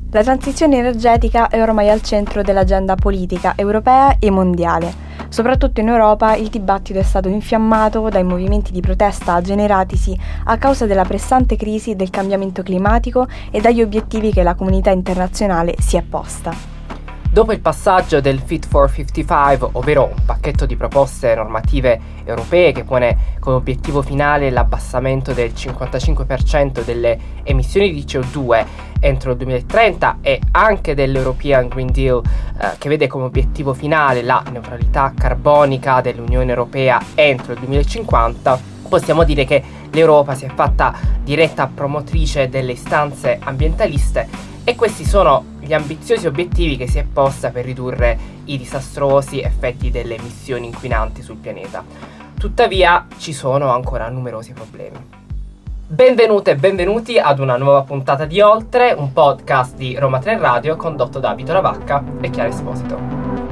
La transizione energetica è ormai al centro dell'agenda politica europea e mondiale. Soprattutto in Europa il dibattito è stato infiammato dai movimenti di protesta generatisi a causa della pressante crisi del cambiamento climatico e dagli obiettivi che la comunità internazionale si è posta. Dopo il passaggio del Fit for 55, ovvero un pacchetto di proposte normative europee che pone come obiettivo finale l'abbassamento del 55% delle emissioni di CO2 entro il 2030 e anche dell'European Green Deal che vede come obiettivo finale la neutralità carbonica dell'Unione Europea entro il 2050, possiamo dire che l'Europa si è fatta diretta promotrice delle istanze ambientaliste e questi sono gli ambiziosi obiettivi che si è posta per ridurre i disastrosi effetti delle emissioni inquinanti sul pianeta. Tuttavia ci sono ancora numerosi problemi. Benvenute e benvenuti ad una nuova puntata di Oltre, un podcast di Roma 3 Radio condotto da Vito Lavacca e Chiara Esposito.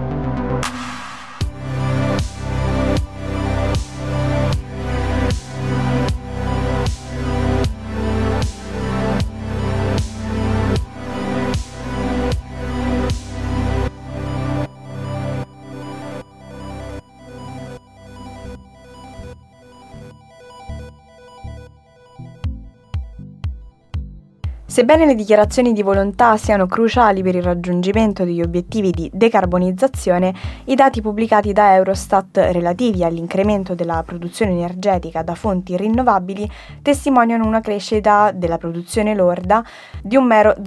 Sebbene le dichiarazioni di volontà siano cruciali per il raggiungimento degli obiettivi di decarbonizzazione, i dati pubblicati da Eurostat relativi all'incremento della produzione energetica da fonti rinnovabili testimoniano una crescita della produzione lorda di un mero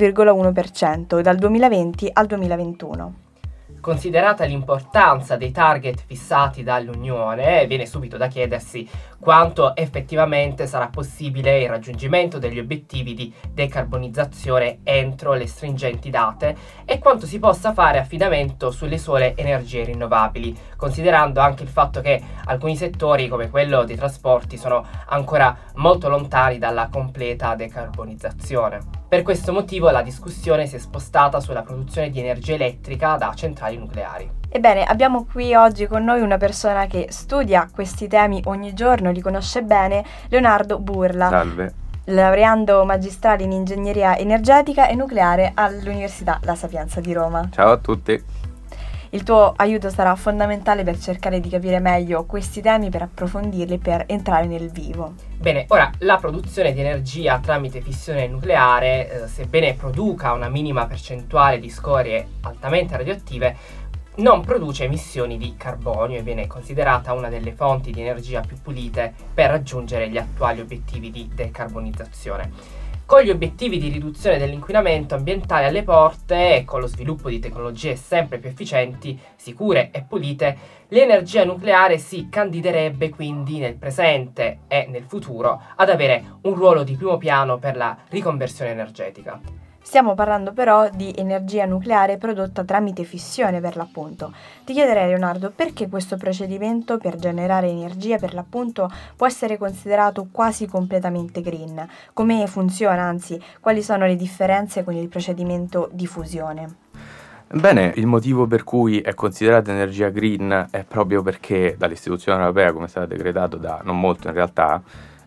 0,1% dal 2020 al 2021. Considerata l'importanza dei target fissati dall'Unione, viene subito da chiedersi quanto effettivamente sarà possibile il raggiungimento degli obiettivi di decarbonizzazione entro le stringenti date e quanto si possa fare affidamento sulle sole energie rinnovabili, considerando anche il fatto che alcuni settori come quello dei trasporti sono ancora molto lontani dalla completa decarbonizzazione. Per questo motivo la discussione si è spostata sulla produzione di energia elettrica da centrali nucleari. Ebbene, abbiamo qui oggi con noi una persona che studia questi temi ogni giorno, li conosce bene, Leonardo Burla. Salve. Laureando magistrale in ingegneria energetica e nucleare all'Università La Sapienza di Roma. Ciao a tutti. Il tuo aiuto sarà fondamentale per cercare di capire meglio questi temi, per approfondirli, per entrare nel vivo. Bene, ora la produzione di energia tramite fissione nucleare, sebbene produca una minima percentuale di scorie altamente radioattive, non produce emissioni di carbonio e viene considerata una delle fonti di energia più pulite per raggiungere gli attuali obiettivi di decarbonizzazione. Con gli obiettivi di riduzione dell'inquinamento ambientale alle porte e con lo sviluppo di tecnologie sempre più efficienti, sicure e pulite, l'energia nucleare si candiderebbe quindi nel presente e nel futuro ad avere un ruolo di primo piano per la riconversione energetica. Stiamo parlando però di energia nucleare prodotta tramite fissione, per l'appunto. Ti chiederei, Leonardo, perché questo procedimento per generare energia, per l'appunto, può essere considerato quasi completamente green? Come funziona, anzi, quali sono le differenze con il procedimento di fusione? Bene, il motivo per cui è considerata energia green è proprio perché dall'istituzione europea, come è stato decretato da non molto in realtà,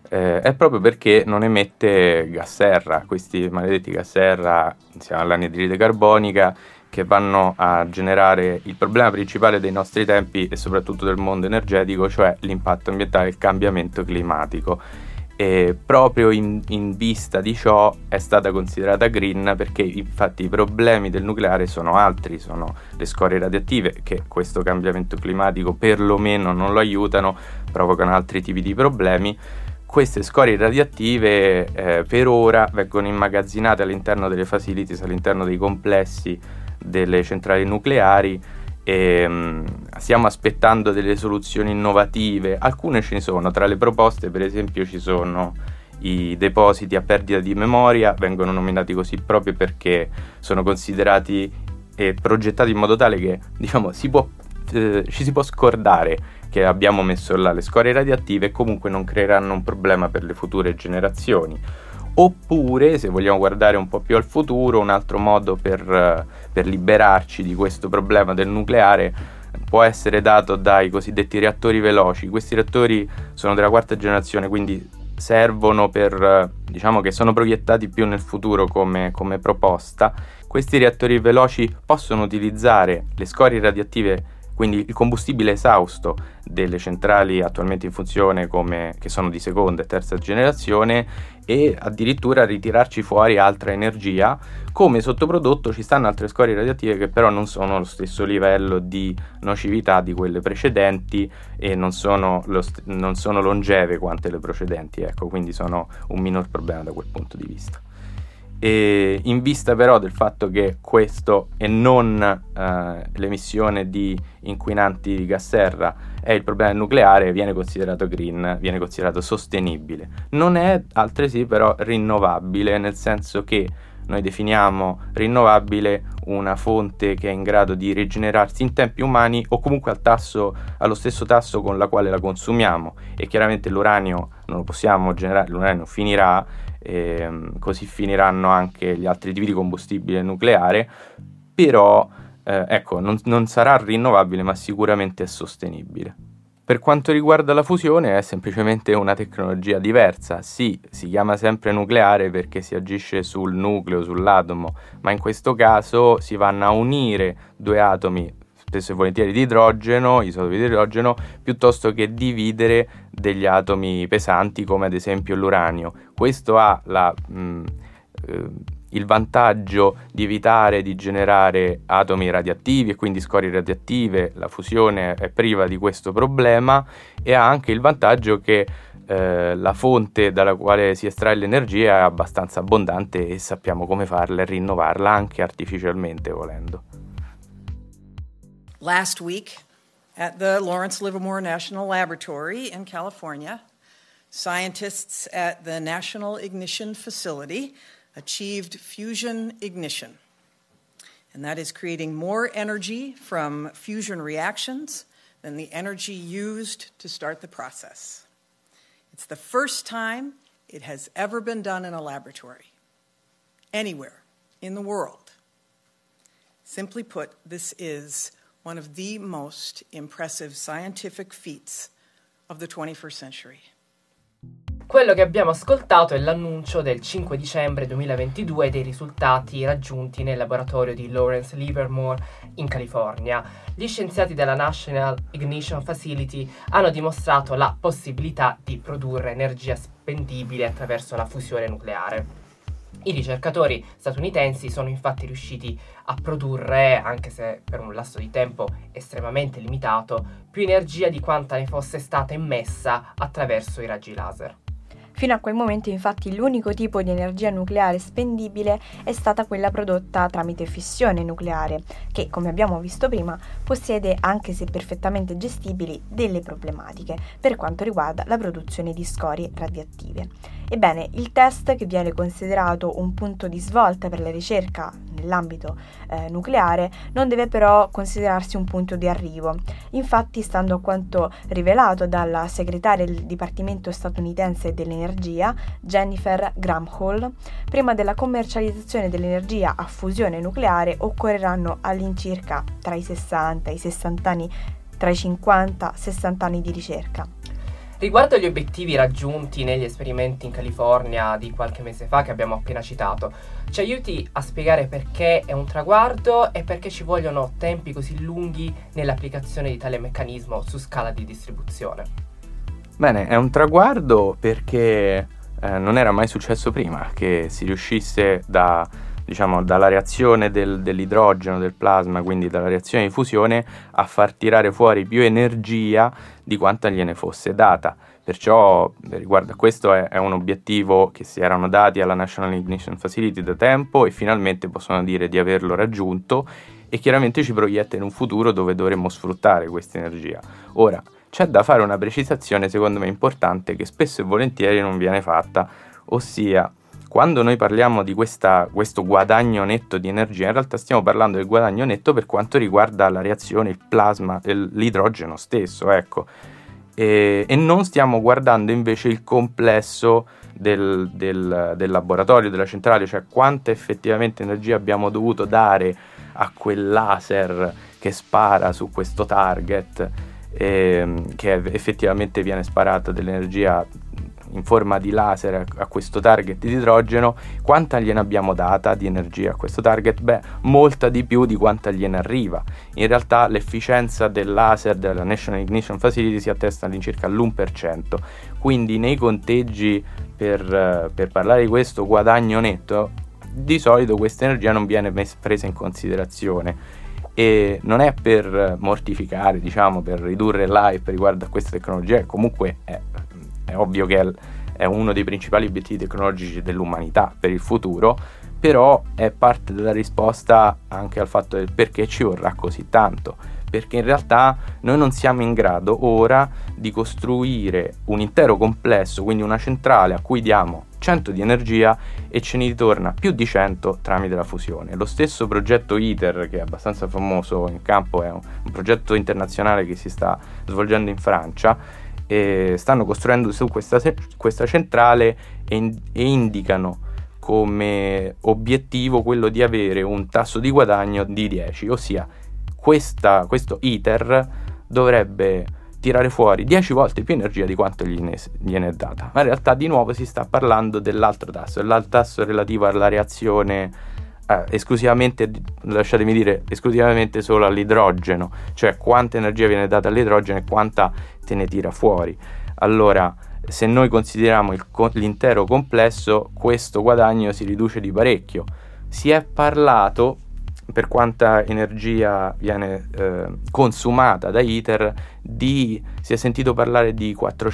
è proprio perché non emette gas serra, questi maledetti gas serra insieme all'anidride carbonica che vanno a generare il problema principale dei nostri tempi e soprattutto del mondo energetico, cioè l'impatto ambientale, il cambiamento climatico. E proprio in vista di ciò è stata considerata green perché infatti i problemi del nucleare sono altri, sono le scorie radioattive che questo cambiamento climatico perlomeno non lo aiutano, provocano altri tipi di problemi. Queste scorie radioattive per ora vengono immagazzinate all'interno delle facilities, all'interno dei complessi delle centrali nucleari e stiamo aspettando delle soluzioni innovative. Alcune ce ne sono, tra le proposte per esempio ci sono i depositi a perdita di memoria, vengono nominati così proprio perché sono considerati e progettati in modo tale che ci si può scordare che abbiamo messo là le scorie radioattive e comunque non creeranno un problema per le future generazioni. Oppure, se vogliamo guardare un po' più al futuro, un altro modo per liberarci di questo problema del nucleare può essere dato dai cosiddetti reattori veloci. Questi reattori sono della quarta generazione, quindi servono per, diciamo che sono proiettati più nel futuro come proposta. Questi reattori veloci possono utilizzare le scorie radioattive, quindi il combustibile esausto delle centrali attualmente in funzione, che sono di seconda e terza generazione, e addirittura ritirarci fuori altra energia. Come sottoprodotto ci stanno altre scorie radioattive che però non sono allo stesso livello di nocività di quelle precedenti e non sono longeve quante le precedenti, ecco, quindi sono un minor problema da quel punto di vista. E in vista però del fatto che questo e non l'emissione di inquinanti di gas serra è il problema nucleare, viene considerato green, viene considerato sostenibile. Non è altresì però rinnovabile, nel senso che noi definiamo rinnovabile una fonte che è in grado di rigenerarsi in tempi umani o comunque allo stesso tasso con la quale la consumiamo, e chiaramente l'uranio non lo possiamo generare, l'uranio finirà, così finiranno anche gli altri tipi di combustibile nucleare, però ecco, non sarà rinnovabile, ma sicuramente è sostenibile. Per quanto riguarda la fusione è semplicemente una tecnologia diversa. Sì, si chiama sempre nucleare perché si agisce sul nucleo, sull'atomo, ma in questo caso si vanno a unire due atomi, spesso e volentieri di idrogeno, isotopi di idrogeno, piuttosto che dividere degli atomi pesanti come ad esempio l'uranio. Questo ha il vantaggio di evitare di generare atomi radioattivi e quindi scorie radioattive. La fusione è priva di questo problema, e ha anche il vantaggio che la fonte dalla quale si estrae l'energia è abbastanza abbondante e sappiamo come farla e rinnovarla anche artificialmente, volendo. Last week at the Lawrence Livermore National Laboratory in California, scientists at the National Ignition Facility achieved fusion ignition, and that is creating more energy from fusion reactions than the energy used to start the process. It's the first time it has ever been done in a laboratory, anywhere in the world. Simply put, this is one of the most impressive scientific feats of the 21st century. Quello che abbiamo ascoltato è l'annuncio del 5 dicembre 2022 dei risultati raggiunti nel laboratorio di Lawrence Livermore in California. Gli scienziati della National Ignition Facility hanno dimostrato la possibilità di produrre energia spendibile attraverso la fusione nucleare. I ricercatori statunitensi sono infatti riusciti a produrre, anche se per un lasso di tempo estremamente limitato, più energia di quanta ne fosse stata immessa attraverso i raggi laser. Fino a quel momento, infatti, l'unico tipo di energia nucleare spendibile è stata quella prodotta tramite fissione nucleare, che, come abbiamo visto prima, possiede, anche se perfettamente gestibili, delle problematiche per quanto riguarda la produzione di scorie radioattive. Ebbene, il test, che viene considerato un punto di svolta per la ricerca nell'ambito nucleare, non deve però considerarsi un punto di arrivo. Infatti, stando a quanto rivelato dalla segretaria del Dipartimento statunitense dell'energia, Jennifer Granholm, prima della commercializzazione dell'energia a fusione nucleare occorreranno all'incirca tra i 60 e i 60 anni, tra i 50 e 60 anni di ricerca. Riguardo agli obiettivi raggiunti negli esperimenti in California di qualche mese fa che abbiamo appena citato, ci aiuti a spiegare perché è un traguardo e perché ci vogliono tempi così lunghi nell'applicazione di tale meccanismo su scala di distribuzione? Bene, è un traguardo perché non era mai successo prima che si riuscisse dalla reazione dell'idrogeno, del plasma, quindi dalla reazione di fusione, a far tirare fuori più energia di quanta gliene fosse data. Perciò riguardo a questo è un obiettivo che si erano dati alla National Ignition Facility da tempo e finalmente possono dire di averlo raggiunto, e chiaramente ci proietta in un futuro dove dovremmo sfruttare questa energia. Ora, c'è da fare una precisazione secondo me importante che spesso e volentieri non viene fatta, ossia quando noi parliamo di questo guadagno netto di energia, in realtà stiamo parlando del guadagno netto per quanto riguarda la reazione, il plasma, l'idrogeno stesso, ecco. E non stiamo guardando invece il complesso del laboratorio, della centrale, cioè quanta effettivamente energia abbiamo dovuto dare a quel laser che spara su questo target, che effettivamente viene sparata dell'energia in forma di laser a questo target di idrogeno, quanta gliene abbiamo data di energia a questo target? Beh, molta di più di quanta gliene arriva. In realtà l'efficienza del laser della National Ignition Facility si attesta all'incirca all'1%, quindi nei conteggi per parlare di questo guadagno netto, di solito questa energia non viene presa in considerazione. E non è per mortificare, diciamo, per ridurre l'hype riguardo a questa tecnologia, comunque è ovvio che è uno dei principali obiettivi tecnologici dell'umanità per il futuro, però è parte della risposta anche al fatto del perché ci vorrà così tanto, perché in realtà noi non siamo in grado ora di costruire un intero complesso, quindi una centrale a cui diamo 100 di energia e ce ne ritorna più di 100 tramite la fusione. Lo stesso progetto ITER, che è abbastanza famoso in campo, è un progetto internazionale che si sta svolgendo in Francia, e stanno costruendo su questa centrale e indicano come obiettivo quello di avere un tasso di guadagno di 10, ossia questo ITER dovrebbe tirare fuori 10 volte più energia di quanto gliene è data. Ma in realtà di nuovo si sta parlando dell'altro tasso, l'altro tasso relativo alla reazione esclusivamente, lasciatemi dire, esclusivamente solo all'idrogeno, cioè quanta energia viene data all'idrogeno e quanta te ne tira fuori. Allora, se noi consideriamo l'intero complesso, questo guadagno si riduce di parecchio. Si è parlato, per quanta energia viene consumata da ITER, si è sentito parlare di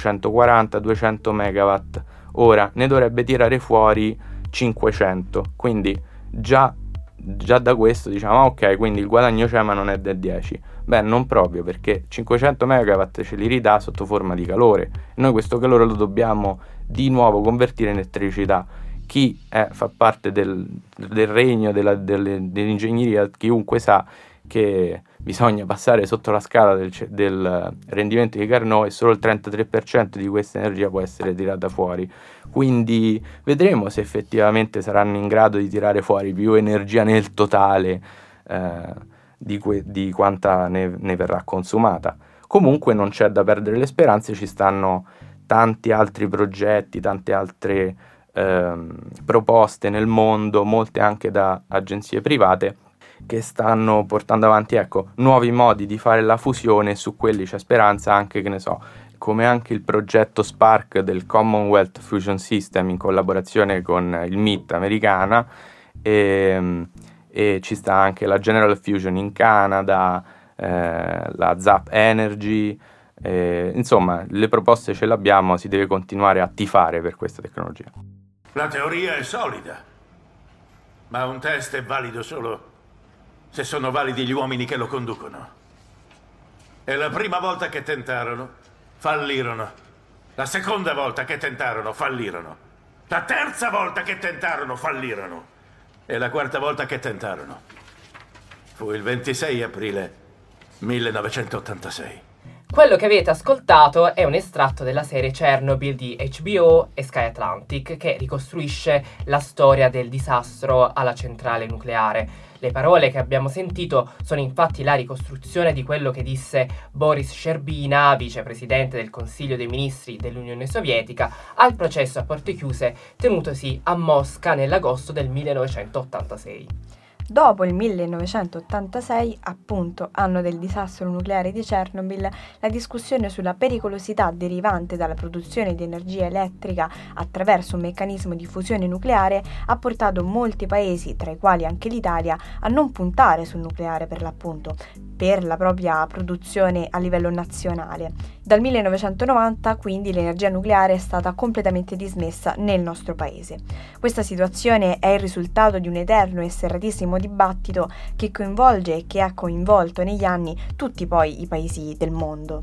440-200 megawatt. Ora ne dovrebbe tirare fuori 500, quindi già da questo diciamo ok, quindi il guadagno c'è ma non è del 10. Beh, non proprio, perché 500 megawatt ce li ridà sotto forma di calore. Noi questo calore lo dobbiamo di nuovo convertire in elettricità. Chi fa parte del regno dell'ingegneria, chiunque sa che bisogna passare sotto la scala del rendimento di Carnot e solo il 33% di questa energia può essere tirata fuori. Quindi vedremo se effettivamente saranno in grado di tirare fuori più energia nel totale di quanta ne verrà consumata. Comunque non c'è da perdere le speranze, ci stanno tanti altri progetti, tante altre proposte nel mondo, molte anche da agenzie private, che stanno portando avanti nuovi modi di fare la fusione. Su quelli c'è speranza, anche che ne so, come anche il progetto Spark del Commonwealth Fusion System in collaborazione con il MIT americana, e ci sta anche la General Fusion in Canada, la Zap Energy, insomma le proposte ce le abbiamo, si deve continuare a tifare per questa tecnologia. La teoria è solida, ma un test è valido solo se sono validi gli uomini che lo conducono. E la prima volta che tentarono, fallirono. La seconda volta che tentarono, fallirono. La terza volta che tentarono, fallirono. E la quarta volta che tentarono fu il 26 aprile 1986. Quello che avete ascoltato è un estratto della serie Chernobyl di HBO e Sky Atlantic, che ricostruisce la storia del disastro alla centrale nucleare. Le parole che abbiamo sentito sono infatti la ricostruzione di quello che disse Boris Sherbina, vicepresidente del Consiglio dei Ministri dell'Unione Sovietica, al processo a porte chiuse tenutosi a Mosca nell'agosto del 1986. Dopo il 1986, appunto, anno del disastro nucleare di Chernobyl, la discussione sulla pericolosità derivante dalla produzione di energia elettrica attraverso un meccanismo di fusione nucleare ha portato molti paesi, tra i quali anche l'Italia, a non puntare sul nucleare per l'appunto, per la propria produzione a livello nazionale. Dal 1990, quindi, l'energia nucleare è stata completamente dismessa nel nostro paese. Questa situazione è il risultato di un eterno e serratissimo dibattito che coinvolge e che ha coinvolto negli anni tutti poi i paesi del mondo.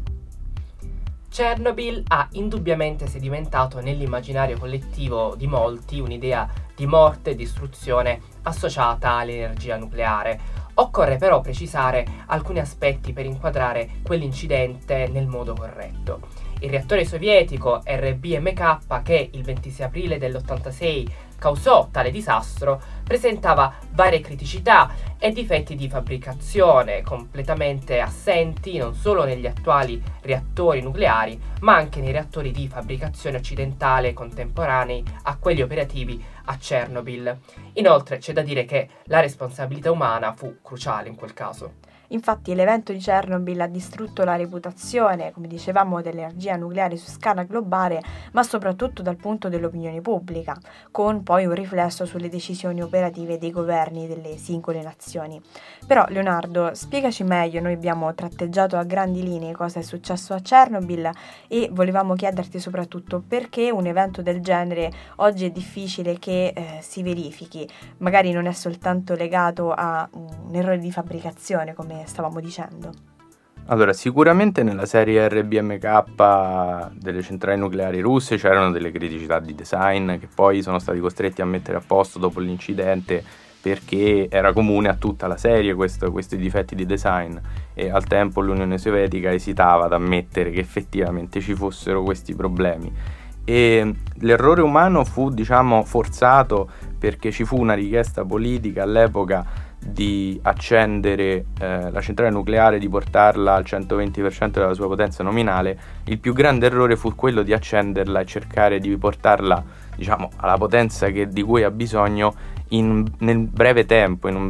Chernobyl ha indubbiamente sedimentato nell'immaginario collettivo di molti un'idea di morte e distruzione associata all'energia nucleare. Occorre però precisare alcuni aspetti per inquadrare quell'incidente nel modo corretto. Il reattore sovietico RBMK, che il 26 aprile dell'86 causò tale disastro presentava varie criticità e difetti di fabbricazione completamente assenti non solo negli attuali reattori nucleari, ma anche nei reattori di fabbricazione occidentale contemporanei a quelli operativi a Chernobyl. Inoltre c'è da dire che la responsabilità umana fu cruciale in quel caso. Infatti l'evento di Chernobyl ha distrutto la reputazione, come dicevamo, dell'energia nucleare su scala globale, ma soprattutto dal punto dell'opinione pubblica, con poi un riflesso sulle decisioni operative dei governi delle singole nazioni. Però Leonardo, spiegaci meglio, noi abbiamo tratteggiato a grandi linee cosa è successo a Chernobyl e volevamo chiederti soprattutto perché un evento del genere oggi è difficile che si verifichi, magari non è soltanto legato a un errore di fabbricazione, come stavamo dicendo. Allora, sicuramente nella serie RBMK delle centrali nucleari russe c'erano delle criticità di design che poi sono stati costretti a mettere a posto dopo l'incidente, perché era comune a tutta la serie questi difetti di design, e al tempo l'Unione Sovietica esitava ad ammettere che effettivamente ci fossero questi problemi. E l'errore umano fu, forzato, perché ci fu una richiesta politica all'epoca di accendere la centrale nucleare, di portarla al 120% della sua potenza nominale. Il più grande errore fu quello di accenderla e cercare di portarla, alla potenza di cui ha bisogno in un breve tempo, in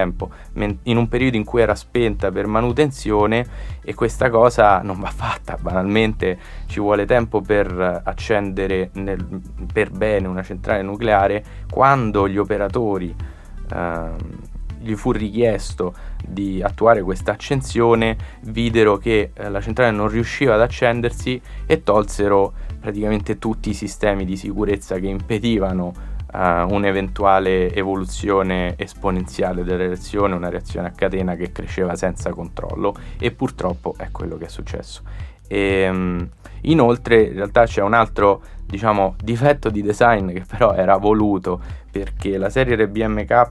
un periodo in cui era spenta per manutenzione, e questa cosa non va fatta. Banalmente ci vuole tempo per accendere per bene una centrale nucleare. Quando gli operatori gli fu richiesto di attuare questa accensione, videro che la centrale non riusciva ad accendersi e tolsero praticamente tutti i sistemi di sicurezza che impedivano un'eventuale evoluzione esponenziale della reazione, una reazione a catena che cresceva senza controllo, e purtroppo è quello che è successo. Inoltre in realtà c'è un altro difetto di design che però era voluto, perché la serie RBMK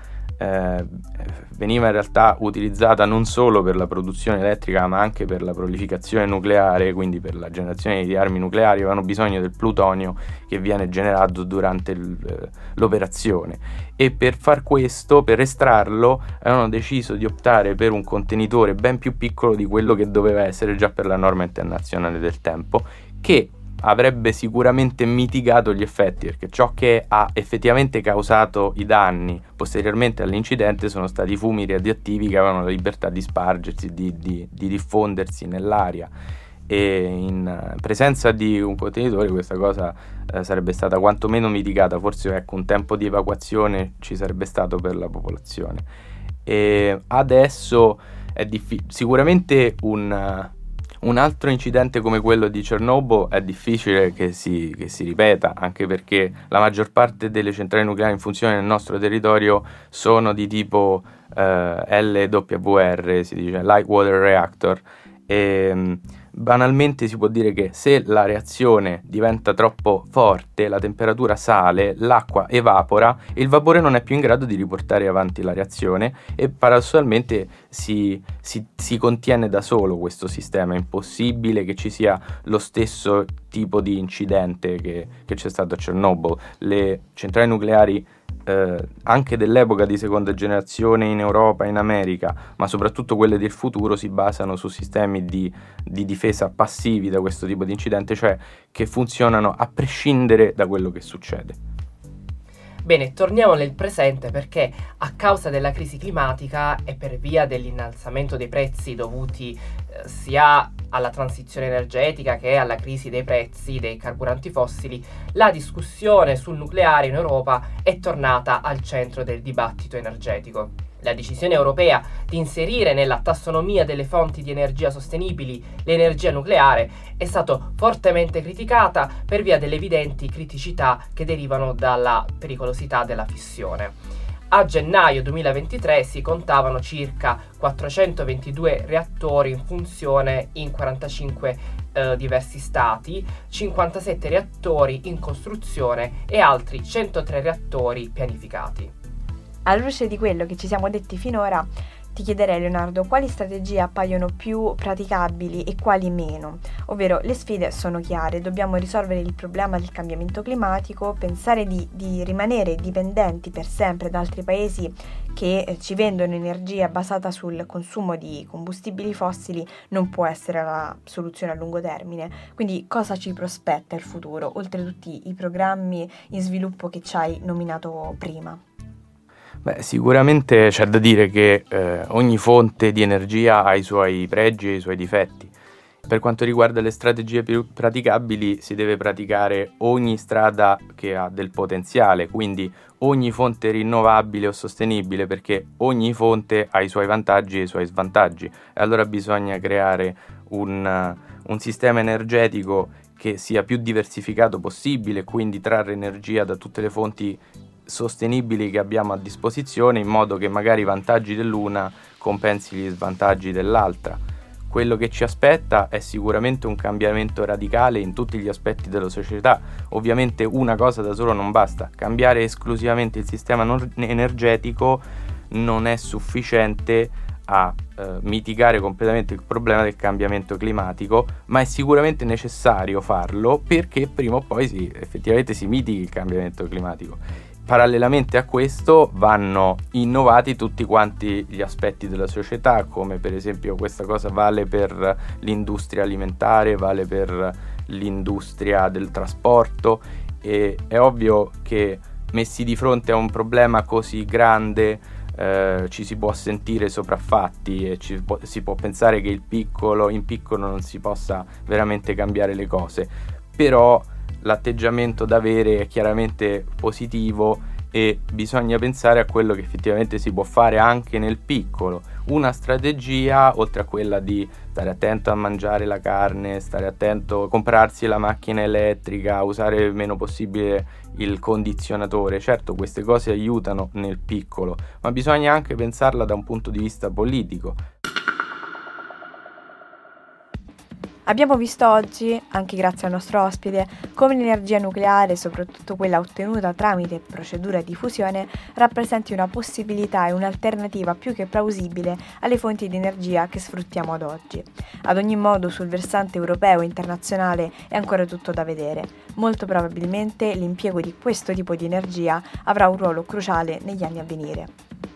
veniva in realtà utilizzata non solo per la produzione elettrica, ma anche per la prolificazione nucleare, quindi per la generazione di armi nucleari. Avevano bisogno del plutonio che viene generato durante l'operazione, e per far questo, per estrarlo, avevano deciso di optare per un contenitore ben più piccolo di quello che doveva essere già per la norma internazionale del tempo, che avrebbe sicuramente mitigato gli effetti, perché ciò che ha effettivamente causato i danni posteriormente all'incidente sono stati i fumi radioattivi che avevano la libertà di spargersi, di diffondersi nell'aria, e in presenza di un contenitore questa cosa sarebbe stata quantomeno mitigata. Forse un tempo di evacuazione ci sarebbe stato per la popolazione. E adesso è sicuramente un altro incidente come quello di Chernobyl è difficile che si ripeta, anche perché la maggior parte delle centrali nucleari in funzione nel nostro territorio sono di tipo LWR, si dice Light Water Reactor, e banalmente si può dire che se la reazione diventa troppo forte, la temperatura sale, l'acqua evapora e il vapore non è più in grado di riportare avanti la reazione, e paradossalmente si contiene da solo questo sistema. È impossibile che ci sia lo stesso tipo di incidente che c'è stato a Chernobyl. Le centrali nucleari anche dell'epoca di seconda generazione in Europa e in America, ma soprattutto quelle del futuro, si basano su sistemi di difesa passivi da questo tipo di incidente, cioè che funzionano a prescindere da quello che succede. Bene, torniamo nel presente, perché a causa della crisi climatica e per via dell'innalzamento dei prezzi dovuti sia alla transizione energetica che alla crisi dei prezzi dei carburanti fossili, la discussione sul nucleare in Europa è tornata al centro del dibattito energetico. La decisione europea di inserire nella tassonomia delle fonti di energia sostenibili l'energia nucleare è stata fortemente criticata per via delle evidenti criticità che derivano dalla pericolosità della fissione. A gennaio 2023 si contavano circa 422 reattori in funzione in 45 diversi stati, 57 reattori in costruzione e altri 103 reattori pianificati. Alla luce di quello che ci siamo detti finora, ti chiederei, Leonardo, quali strategie appaiono più praticabili e quali meno? Ovvero, le sfide sono chiare, dobbiamo risolvere il problema del cambiamento climatico, pensare di rimanere dipendenti per sempre da altri paesi che ci vendono energia basata sul consumo di combustibili fossili non può essere la soluzione a lungo termine. Quindi cosa ci prospetta il futuro, oltre a tutti i programmi in sviluppo che ci hai nominato prima? Beh, sicuramente c'è da dire che ogni fonte di energia ha i suoi pregi e i suoi difetti. Per quanto riguarda le strategie più praticabili, si deve praticare ogni strada che ha del potenziale, quindi ogni fonte rinnovabile o sostenibile, perché ogni fonte ha i suoi vantaggi e i suoi svantaggi. E allora bisogna creare un sistema energetico che sia più diversificato possibile, quindi trarre energia da tutte le fonti sostenibili che abbiamo a disposizione, in modo che magari i vantaggi dell'una compensi gli svantaggi dell'altra. Quello che ci aspetta è sicuramente un cambiamento radicale in tutti gli aspetti della società. Ovviamente una cosa da solo non basta, cambiare esclusivamente il sistema energetico non è sufficiente a mitigare completamente il problema del cambiamento climatico, ma è sicuramente necessario farlo perché prima o poi effettivamente si mitighi il cambiamento climatico. Parallelamente a questo vanno innovati tutti quanti gli aspetti della società, come per esempio questa cosa vale per l'industria alimentare, vale per l'industria del trasporto, e è ovvio che messi di fronte a un problema così grande ci si può sentire sopraffatti e si può pensare che in piccolo non si possa veramente cambiare le cose, però l'atteggiamento da avere è chiaramente positivo e bisogna pensare a quello che effettivamente si può fare anche nel piccolo. Una strategia, oltre a quella di stare attento a mangiare la carne, stare attento a comprarsi la macchina elettrica, usare il meno possibile il condizionatore, certo queste cose aiutano nel piccolo, ma bisogna anche pensarla da un punto di vista politico. Abbiamo visto oggi, anche grazie al nostro ospite, come l'energia nucleare, soprattutto quella ottenuta tramite procedura di fusione, rappresenti una possibilità e un'alternativa più che plausibile alle fonti di energia che sfruttiamo ad oggi. Ad ogni modo, sul versante europeo e internazionale è ancora tutto da vedere. Molto probabilmente l'impiego di questo tipo di energia avrà un ruolo cruciale negli anni a venire.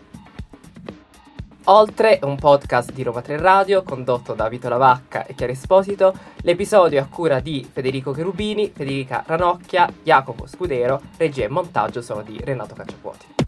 Oltre un podcast di Roma 3 Radio condotto da Vito Lavacca e Chiara Esposito, l'episodio è a cura di Federico Cherubini, Federica Ranocchia, Jacopo Scudero, regia e montaggio sono di Renato Cacciapuoti.